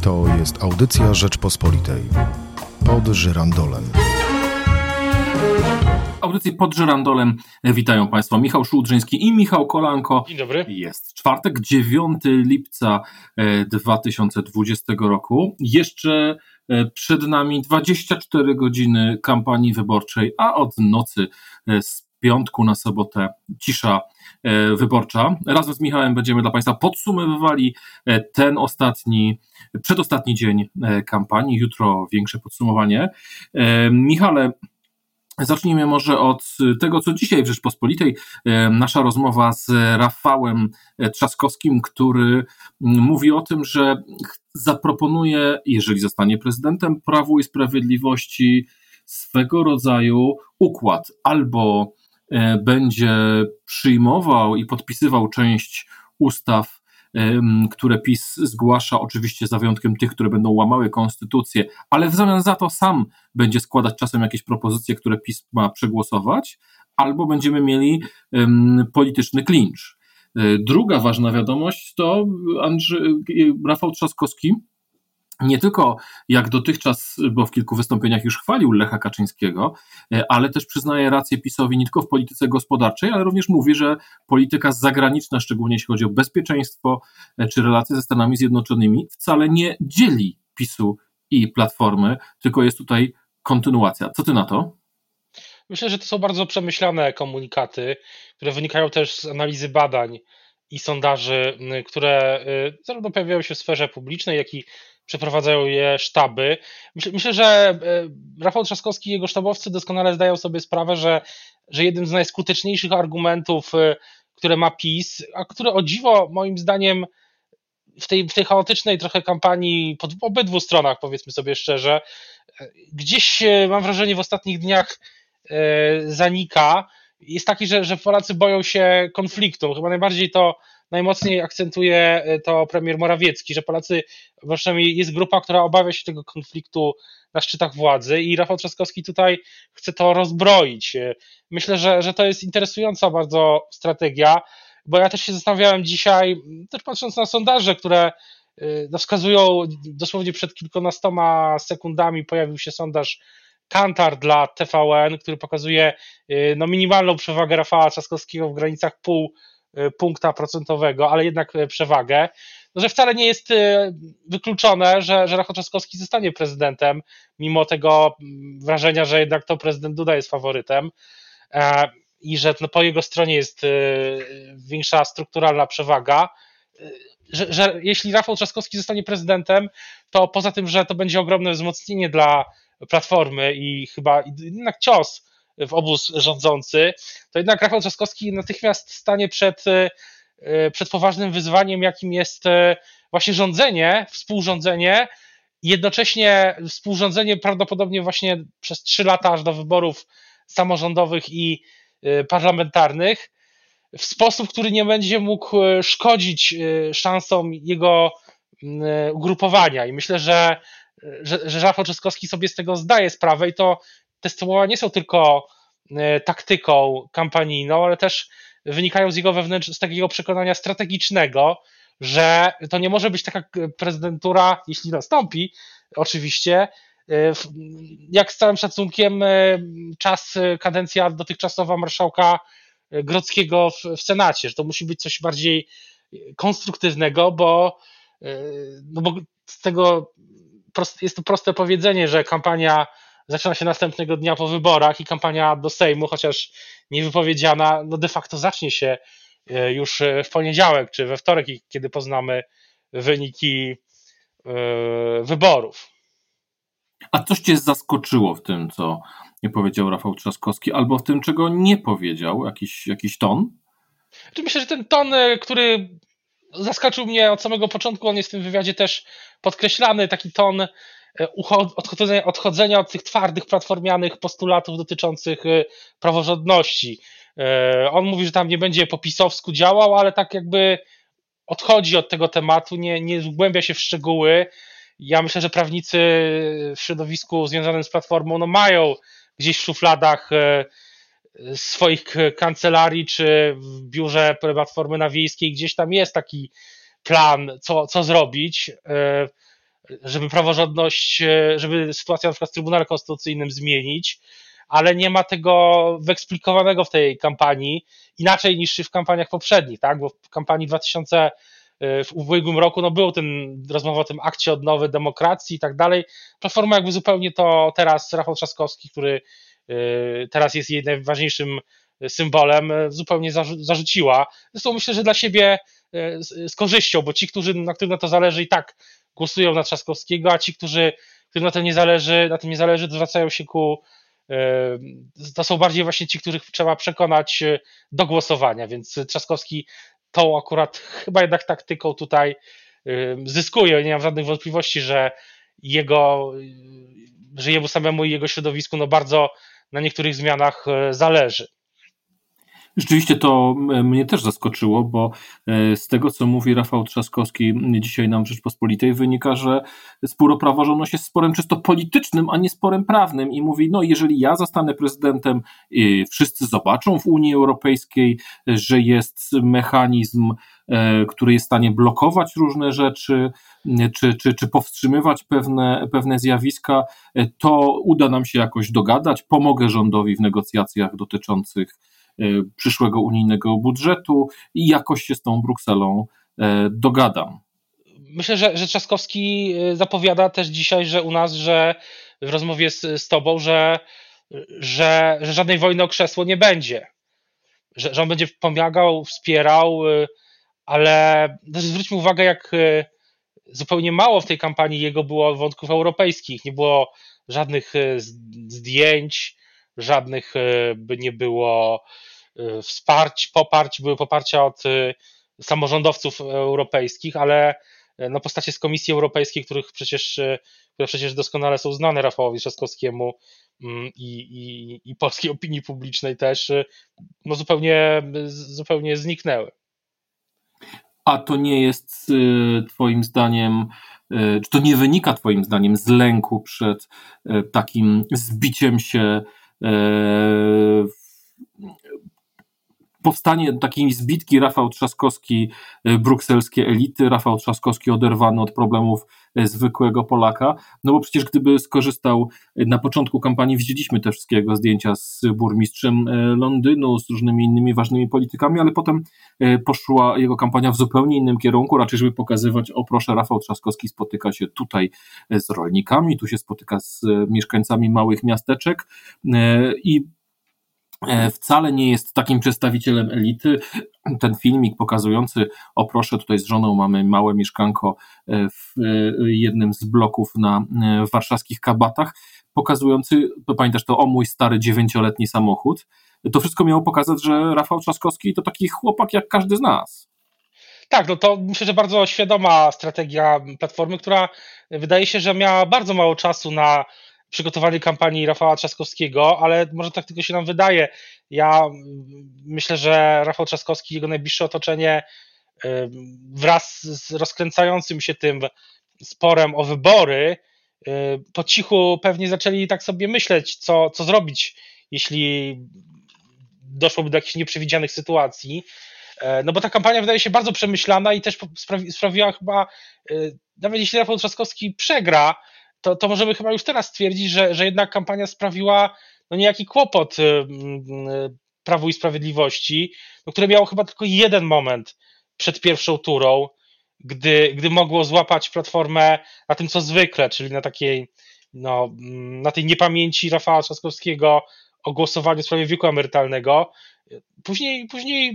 To jest audycja Rzeczpospolitej. Pod żyrandolem. W audycji Pod żyrandolem witają Państwa Michał Szułdrzyński i Michał Kolanko. Dzień dobry. Jest czwartek, 9 lipca 2020 roku. Jeszcze przed nami 24 godziny kampanii wyborczej, a od nocy z piątku na sobotę cisza wyborcza. Razem z Michałem będziemy dla Państwa podsumowywali ten przedostatni dzień kampanii. Jutro większe podsumowanie. Michale, zacznijmy może od tego, co dzisiaj w Rzeczpospolitej. Nasza rozmowa z Rafałem Trzaskowskim, który mówi o tym, że zaproponuje, jeżeli zostanie prezydentem, Prawu i Sprawiedliwości swego rodzaju układ. Albo będzie przyjmował i podpisywał część ustaw, które PiS zgłasza, oczywiście za wyjątkiem tych, które będą łamały konstytucję, ale w zamian za to sam będzie składać czasem jakieś propozycje, które PiS ma przegłosować, albo będziemy mieli polityczny klincz. Druga ważna wiadomość to Rafał Trzaskowski nie tylko jak dotychczas, bo w kilku wystąpieniach już chwalił Lecha Kaczyńskiego, ale też przyznaje rację PiS-owi nie tylko w polityce gospodarczej, ale również mówi, że polityka zagraniczna, szczególnie jeśli chodzi o bezpieczeństwo czy relacje ze Stanami Zjednoczonymi, wcale nie dzieli PiS-u i Platformy, tylko jest tutaj kontynuacja. Co ty na to? Myślę, że to są bardzo przemyślane komunikaty, które wynikają też z analizy badań i sondaży, które zarówno pojawiają się w sferze publicznej, jak i przeprowadzają je sztaby. Myślę, że Rafał Trzaskowski i jego sztabowcy doskonale zdają sobie sprawę, że jednym z najskuteczniejszych argumentów, które ma PiS, a które o dziwo moim zdaniem w tej chaotycznej trochę kampanii po obydwu stronach, powiedzmy sobie szczerze, gdzieś mam wrażenie w ostatnich dniach zanika, jest taki, że Polacy boją się konfliktu. Chyba najmocniej akcentuje to premier Morawiecki, że Polacy, przynajmniej jest grupa, która obawia się tego konfliktu na szczytach władzy i Rafał Trzaskowski tutaj chce to rozbroić. Myślę, że to jest interesująca bardzo strategia, bo ja też się zastanawiałem dzisiaj, też patrząc na sondaże, które wskazują, dosłownie przed kilkunastoma sekundami pojawił się sondaż Kantar dla TVN, który pokazuje minimalną przewagę Rafała Trzaskowskiego w granicach 0,5 punkta procentowego, ale jednak przewagę, że wcale nie jest wykluczone, że Rafał Trzaskowski zostanie prezydentem, mimo tego wrażenia, że jednak to prezydent Duda jest faworytem i że po jego stronie jest większa strukturalna przewaga, że jeśli Rafał Trzaskowski zostanie prezydentem, to poza tym, że to będzie ogromne wzmocnienie dla Platformy i chyba jednak cios w obóz rządzący, to jednak Rafał Trzaskowski natychmiast stanie przed poważnym wyzwaniem, jakim jest właśnie współrządzenie, jednocześnie współrządzenie prawdopodobnie właśnie przez 3 lata aż do wyborów samorządowych i parlamentarnych w sposób, który nie będzie mógł szkodzić szansom jego ugrupowania. I myślę, że Rafał Trzaskowski sobie z tego zdaje sprawę i te słowa nie są tylko taktyką kampanijną, ale też wynikają z takiego przekonania strategicznego, że to nie może być taka prezydentura, jeśli nastąpi, oczywiście, jak z całym szacunkiem kadencja dotychczasowa marszałka Grodzkiego w Senacie, że to musi być coś bardziej konstruktywnego, bo z tego jest to proste powiedzenie, że kampania zaczyna się następnego dnia po wyborach i kampania do Sejmu, chociaż niewypowiedziana, de facto zacznie się już w poniedziałek czy we wtorek, kiedy poznamy wyniki wyborów. A coś cię zaskoczyło w tym, co nie powiedział Rafał Trzaskowski, albo w tym, czego nie powiedział? Jakiś ton? Myślę, że ten ton, który zaskoczył mnie od samego początku, on jest w tym wywiadzie też podkreślany, taki ton odchodzenia od tych twardych, platformianych postulatów dotyczących praworządności. On mówi, że tam nie będzie po pisowsku działał, ale tak jakby odchodzi od tego tematu, nie zgłębia się w szczegóły. Ja myślę, że prawnicy w środowisku związanym z Platformą mają gdzieś w szufladach swoich kancelarii czy w biurze Platformy na Wiejskiej gdzieś tam jest taki plan, co zrobić. żeby praworządność, żeby sytuację na przykład w Trybunale Konstytucyjnym zmienić, ale nie ma tego wyeksplikowanego w tej kampanii, inaczej niż w kampaniach poprzednich, tak? Bo w kampanii 2000 w ubiegłym roku no był ten rozmowa o tym akcie odnowy demokracji i tak dalej. Platforma jakby zupełnie to teraz Rafał Trzaskowski, który teraz jest jej najważniejszym symbolem, zupełnie zarzuciła. Zresztą myślę, że dla siebie z korzyścią, bo ci, na którym na to zależy, i tak głosują na Trzaskowskiego, a ci, którym na tym nie zależy, zwracają się to są bardziej właśnie ci, których trzeba przekonać do głosowania, więc Trzaskowski tą akurat chyba jednak taktyką tutaj zyskuje. Nie mam żadnych wątpliwości, że jemu samemu i jego środowisku no bardzo na niektórych zmianach zależy. Rzeczywiście to mnie też zaskoczyło, bo z tego, co mówi Rafał Trzaskowski dzisiaj nam w Rzeczpospolitej, wynika, że spór o praworządność jest sporem czysto politycznym, a nie sporem prawnym. I mówi, no jeżeli ja zostanę prezydentem, wszyscy zobaczą w Unii Europejskiej, że jest mechanizm, który jest w stanie blokować różne rzeczy, czy powstrzymywać pewne zjawiska, to uda nam się jakoś dogadać, pomogę rządowi w negocjacjach dotyczących przyszłego unijnego budżetu i jakoś się z tą Brukselą dogadam. Myślę, że Trzaskowski zapowiada też dzisiaj, że u nas, że w rozmowie z tobą, że żadnej wojny o krzesło nie będzie. Że on będzie pomagał, wspierał, ale też zwróćmy uwagę, jak zupełnie mało w tej kampanii jego było wątków europejskich. Nie było żadnych zdjęć, żadnych by nie było były poparcia od samorządowców europejskich, ale no postacie z Komisji Europejskiej, które przecież doskonale są znane Rafałowi Trzaskowskiemu i polskiej opinii publicznej też, no zupełnie zniknęły. A to nie jest twoim zdaniem, czy to nie wynika twoim zdaniem z lęku przed takim zbiciem się, powstanie takiej zbitki Rafał Trzaskowski, brukselskie elity, Rafał Trzaskowski oderwany od problemów zwykłego Polaka, no bo przecież gdyby skorzystał na początku kampanii, widzieliśmy te wszystkie jego zdjęcia z burmistrzem Londynu, z różnymi innymi ważnymi politykami, ale potem poszła jego kampania w zupełnie innym kierunku, raczej żeby pokazywać, o proszę, Rafał Trzaskowski spotyka się tutaj z rolnikami, tu się spotyka z mieszkańcami małych miasteczek i wcale nie jest takim przedstawicielem elity. Ten filmik pokazujący, o proszę, tutaj z żoną mamy małe mieszkanko w jednym z bloków w warszawskich Kabatach, pokazujący, pamiętasz to, o mój stary 9-letni samochód. To wszystko miało pokazać, że Rafał Trzaskowski to taki chłopak jak każdy z nas. Tak, no to myślę, że bardzo świadoma strategia Platformy, która wydaje się, że miała bardzo mało czasu na przygotowanie kampanii Rafała Trzaskowskiego, ale może tak tylko się nam wydaje. Ja myślę, że Rafał Trzaskowski i jego najbliższe otoczenie wraz z rozkręcającym się tym sporem o wybory po cichu pewnie zaczęli tak sobie myśleć, co zrobić, jeśli doszłoby do jakichś nieprzewidzianych sytuacji. No bo ta kampania wydaje się bardzo przemyślana i też sprawiła chyba, nawet jeśli Rafał Trzaskowski przegra, to możemy chyba już teraz stwierdzić, że jednak kampania sprawiła no niejaki kłopot Prawu i Sprawiedliwości, które miało chyba tylko jeden moment przed pierwszą turą, gdy mogło złapać Platformę na tym, co zwykle, czyli na tej niepamięci Rafała Trzaskowskiego o głosowaniu w sprawie wieku emerytalnego. Później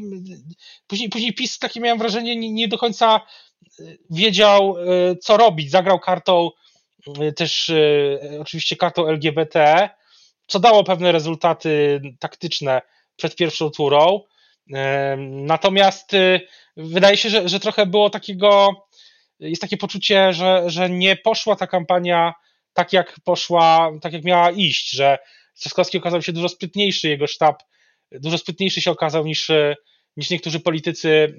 PiS, takie miałem wrażenie, nie do końca wiedział, co robić. Zagrał kartą też oczywiście kartą LGBT, co dało pewne rezultaty taktyczne przed pierwszą turą. Natomiast wydaje się, że trochę było jest takie poczucie, że nie poszła ta kampania tak jak miała iść, że Trzaskowski okazał się dużo sprytniejszy, jego sztab dużo sprytniejszy się okazał niż niektórzy politycy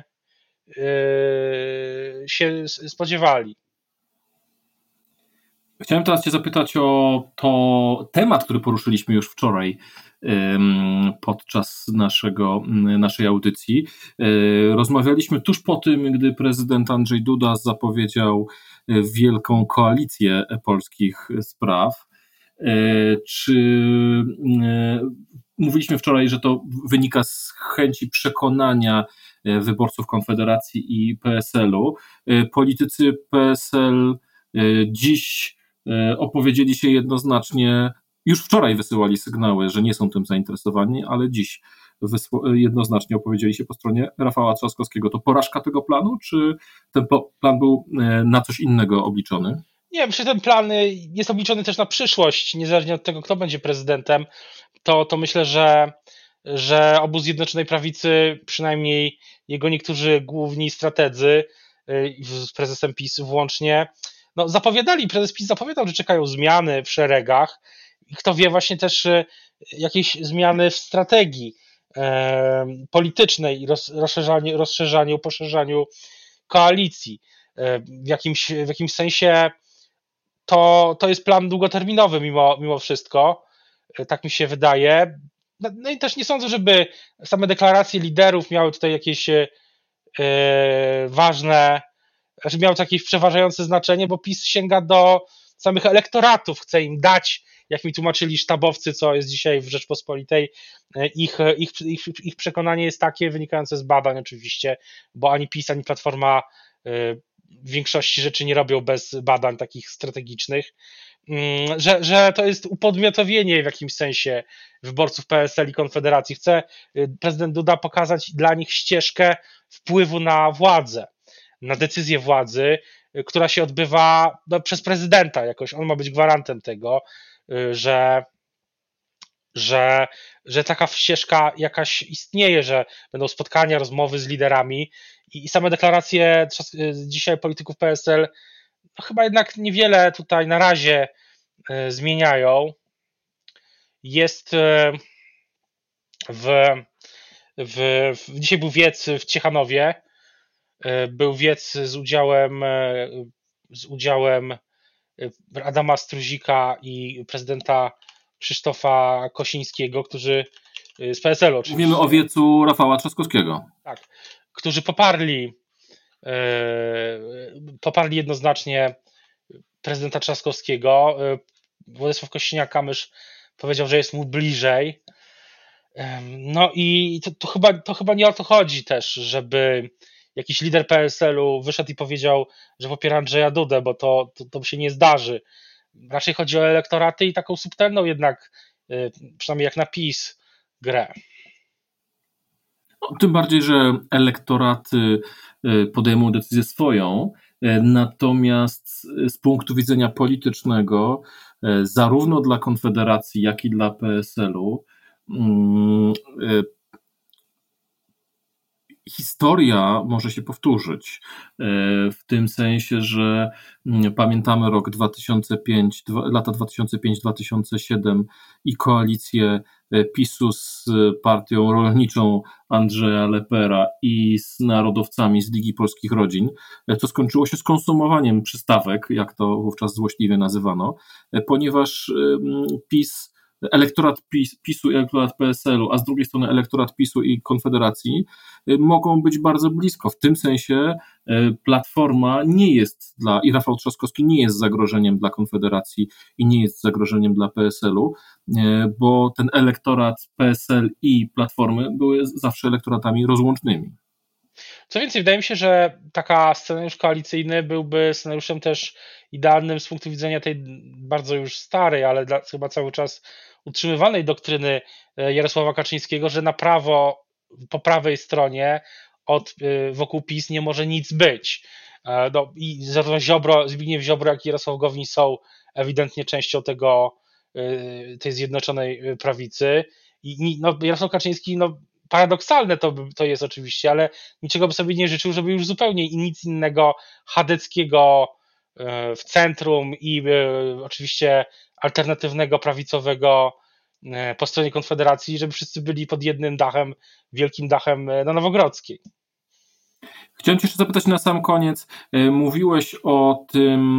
się spodziewali. Chciałem teraz Cię zapytać o temat, który poruszyliśmy już wczoraj podczas naszej audycji. Rozmawialiśmy tuż po tym, gdy prezydent Andrzej Duda zapowiedział wielką koalicję polskich spraw. Mówiliśmy wczoraj, że to wynika z chęci przekonania wyborców Konfederacji i PSL-u. Politycy PSL dziś opowiedzieli się jednoznacznie, już wczoraj wysyłali sygnały, że nie są tym zainteresowani, ale dziś jednoznacznie opowiedzieli się po stronie Rafała Trzaskowskiego. To porażka tego planu, czy ten plan był na coś innego obliczony? Nie, myślę, że ten plan jest obliczony też na przyszłość, niezależnie od tego, kto będzie prezydentem, to myślę, że obóz Zjednoczonej Prawicy, przynajmniej jego niektórzy główni strategzy, z prezesem PiS włącznie, no prezes PiS zapowiadał, że czekają zmiany w szeregach i kto wie, właśnie też jakieś zmiany w strategii politycznej i rozszerzaniu, poszerzaniu koalicji. W jakimś sensie to jest plan długoterminowy mimo wszystko, tak mi się wydaje. No i też nie sądzę, żeby same deklaracje liderów miały tutaj jakieś ważne, że miały to jakieś przeważające znaczenie, bo PiS sięga do samych elektoratów, chce im dać, jak mi tłumaczyli sztabowcy, co jest dzisiaj w Rzeczpospolitej, ich przekonanie jest takie, wynikające z badań oczywiście, bo ani PiS, ani Platforma w większości rzeczy nie robią bez badań takich strategicznych, że to jest upodmiotowienie w jakimś sensie wyborców PSL i Konfederacji. Chce prezydent Duda pokazać dla nich ścieżkę wpływu na władzę, na decyzję władzy, która się odbywa przez prezydenta jakoś. On ma być gwarantem tego, że taka ścieżka jakaś istnieje, że będą spotkania, rozmowy z liderami i same deklaracje dzisiaj polityków PSL no chyba jednak niewiele tutaj na razie zmieniają. Jest dzisiaj był wiec w Ciechanowie, był wiec z udziałem Adama Struzika i prezydenta Krzysztofa Kosińskiego, którzy z PSL-u oczywiście. Mówimy o wiecu Rafała Trzaskowskiego. Tak, którzy poparli jednoznacznie prezydenta Trzaskowskiego. Władysław Kosiniak-Kamysz powiedział, że jest mu bliżej. No i to chyba nie o to chodzi też, żeby jakiś lider PSL-u wyszedł i powiedział, że popiera Andrzeja Dudę, bo to się nie zdarzy. Raczej chodzi o elektoraty i taką subtelną jednak, przynajmniej jak na PiS, grę. Tym bardziej, że elektoraty podejmą decyzję swoją, natomiast z punktu widzenia politycznego, zarówno dla Konfederacji, jak i dla PSL-u, historia może się powtórzyć, w tym sensie, że pamiętamy rok 2005, lata 2005-2007 i koalicję PiS-u z partią rolniczą Andrzeja Lepera i z narodowcami z Ligi Polskich Rodzin, co skończyło się skonsumowaniem przystawek, jak to wówczas złośliwie nazywano, ponieważ elektorat PiS-u i elektorat PSL-u, a z drugiej strony elektorat PiS-u i Konfederacji mogą być bardzo blisko. W tym sensie Platforma nie jest i Rafał Trzaskowski nie jest zagrożeniem dla Konfederacji i nie jest zagrożeniem dla PSL-u, bo ten elektorat PSL i Platformy były zawsze elektoratami rozłącznymi. Co więcej, wydaje mi się, że taka scenariusz koalicyjny byłby scenariuszem też idealnym z punktu widzenia tej bardzo już starej, ale chyba cały czas utrzymywanej doktryny Jarosława Kaczyńskiego, że na prawo, po prawej stronie wokół PiS nie może nic być. No, i zarówno Zbigniew Ziobro, jak i Jarosław Gowin są ewidentnie częścią tej zjednoczonej prawicy. I Jarosław Kaczyński, paradoksalne to jest oczywiście, ale niczego by sobie nie życzył, żeby już zupełnie nic innego chadeckiego w centrum i oczywiście alternatywnego, prawicowego po stronie Konfederacji, żeby wszyscy byli pod jednym dachem, wielkim dachem na Nowogrodzkiej. Chciałem Cię jeszcze zapytać na sam koniec. Mówiłeś o tym,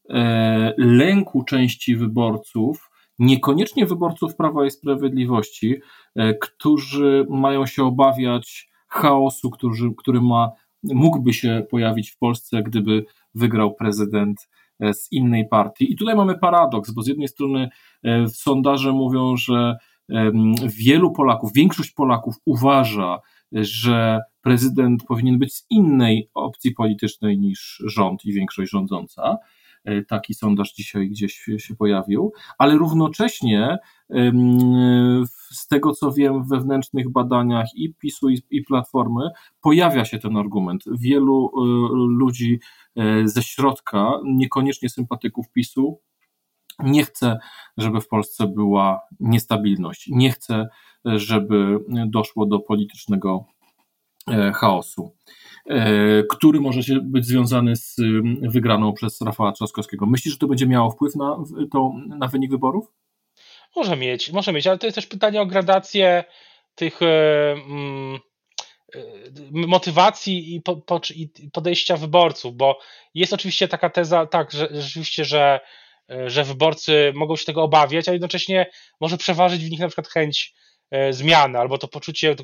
lęku części wyborców, niekoniecznie wyborców Prawa i Sprawiedliwości, którzy mają się obawiać chaosu, który mógłby się pojawić w Polsce, gdyby wygrał prezydent z innej partii. I tutaj mamy paradoks, bo z jednej strony sondaże mówią, że wielu Polaków, większość Polaków uważa, że prezydent powinien być z innej opcji politycznej niż rząd i większość rządząca. Taki sondaż dzisiaj gdzieś się pojawił, ale równocześnie z tego, co wiem w wewnętrznych badaniach i PiS-u, i Platformy, pojawia się ten argument. Wielu ludzi ze środka, niekoniecznie sympatyków PiS-u, nie chce, żeby w Polsce była niestabilność, nie chce, żeby doszło do politycznego chaosu, który może być związany z wygraną przez Rafała Trzaskowskiego. Myślisz, że to będzie miało wpływ na wynik wyborów? Może mieć, ale to jest też pytanie o gradację tych motywacji i podejścia wyborców, bo jest oczywiście taka teza, tak, że rzeczywiście, że wyborcy mogą się tego obawiać, a jednocześnie może przeważyć w nich na przykład chęć zmiany, albo to poczucie,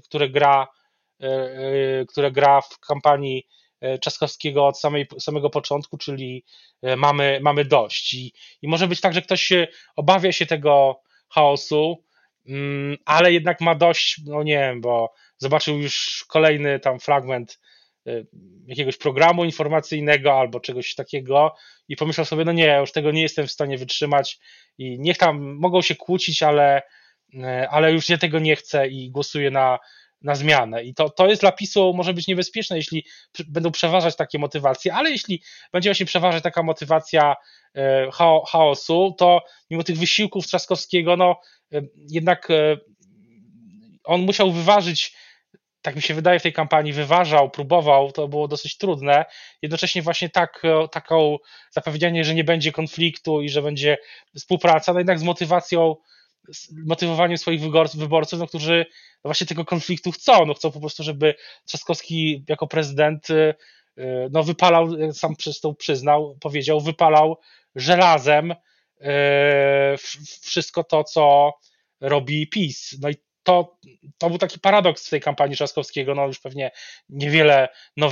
które gra w kampanii Trzaskowskiego od samego początku, czyli mamy dość. I może być tak, że ktoś obawia się tego chaosu, ale jednak ma dość, no nie wiem, bo zobaczył już kolejny tam fragment jakiegoś programu informacyjnego albo czegoś takiego i pomyślał sobie, no nie, ja już tego nie jestem w stanie wytrzymać i niech tam mogą się kłócić, ale już ja tego nie chcę i głosuję na zmianę. I to jest dla PiS-u może być niebezpieczne, jeśli będą przeważać takie motywacje, ale jeśli będzie właśnie przeważać taka motywacja chaosu, to mimo tych wysiłków Trzaskowskiego, no jednak on musiał wyważyć, tak mi się wydaje, w tej kampanii próbował, to było dosyć trudne, jednocześnie właśnie taką zapowiedzianie, że nie będzie konfliktu i że będzie współpraca, no jednak z motywowaniem swoich wyborców, no, którzy właśnie tego konfliktu chcą, no chcą po prostu, żeby Trzaskowski jako prezydent no wypalał, sam przyznał, powiedział, wypalał żelazem wszystko to, co robi PiS. No i to był taki paradoks w tej kampanii Trzaskowskiego, no już pewnie niewiele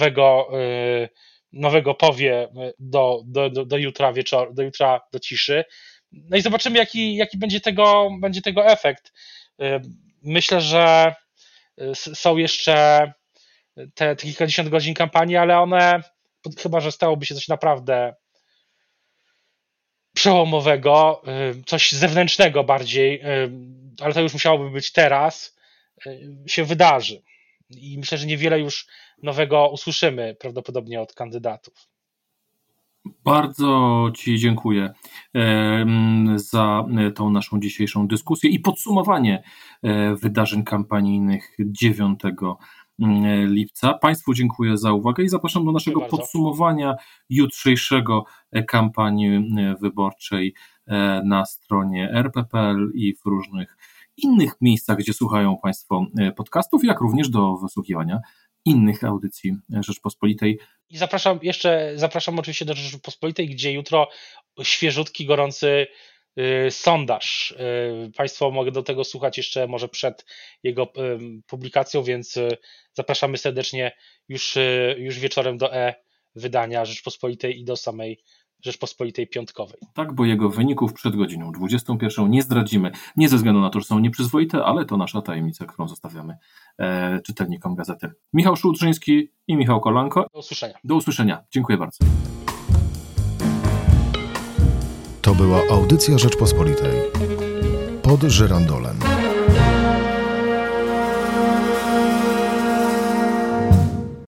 nowego powie do jutra do ciszy. No i zobaczymy, jaki będzie tego efekt. Myślę, że są jeszcze te kilkadziesiąt godzin kampanii, ale one, chyba że stałoby się coś naprawdę przełomowego, coś zewnętrznego bardziej, ale to już musiałoby być teraz, się wydarzy. I myślę, że niewiele już nowego usłyszymy prawdopodobnie od kandydatów. Bardzo Ci dziękuję za tą naszą dzisiejszą dyskusję i podsumowanie wydarzeń kampanijnych 9 lipca. Państwu dziękuję za uwagę i zapraszam do naszego podsumowania jutrzejszego kampanii wyborczej na stronie rp.pl i w różnych innych miejscach, gdzie słuchają Państwo podcastów, jak również do wysłuchiwania innych audycji Rzeczpospolitej. I zapraszam oczywiście do Rzeczpospolitej, gdzie jutro świeżutki, gorący sondaż. Państwo mogą do tego słuchać jeszcze może przed jego publikacją, więc zapraszamy serdecznie już wieczorem do wydania Rzeczpospolitej i do samej Rzeczpospolitej piątkowej. Tak, bo jego wyników przed godziną 21 nie zdradzimy, nie ze względu na to, że są nieprzyzwoite, ale to nasza tajemnica, którą zostawiamy czytelnikom gazety. Michał Szulczyński i Michał Kolanko. Do usłyszenia. Do usłyszenia. Dziękuję bardzo. To była audycja Rzeczpospolitej. Pod żyrandolem.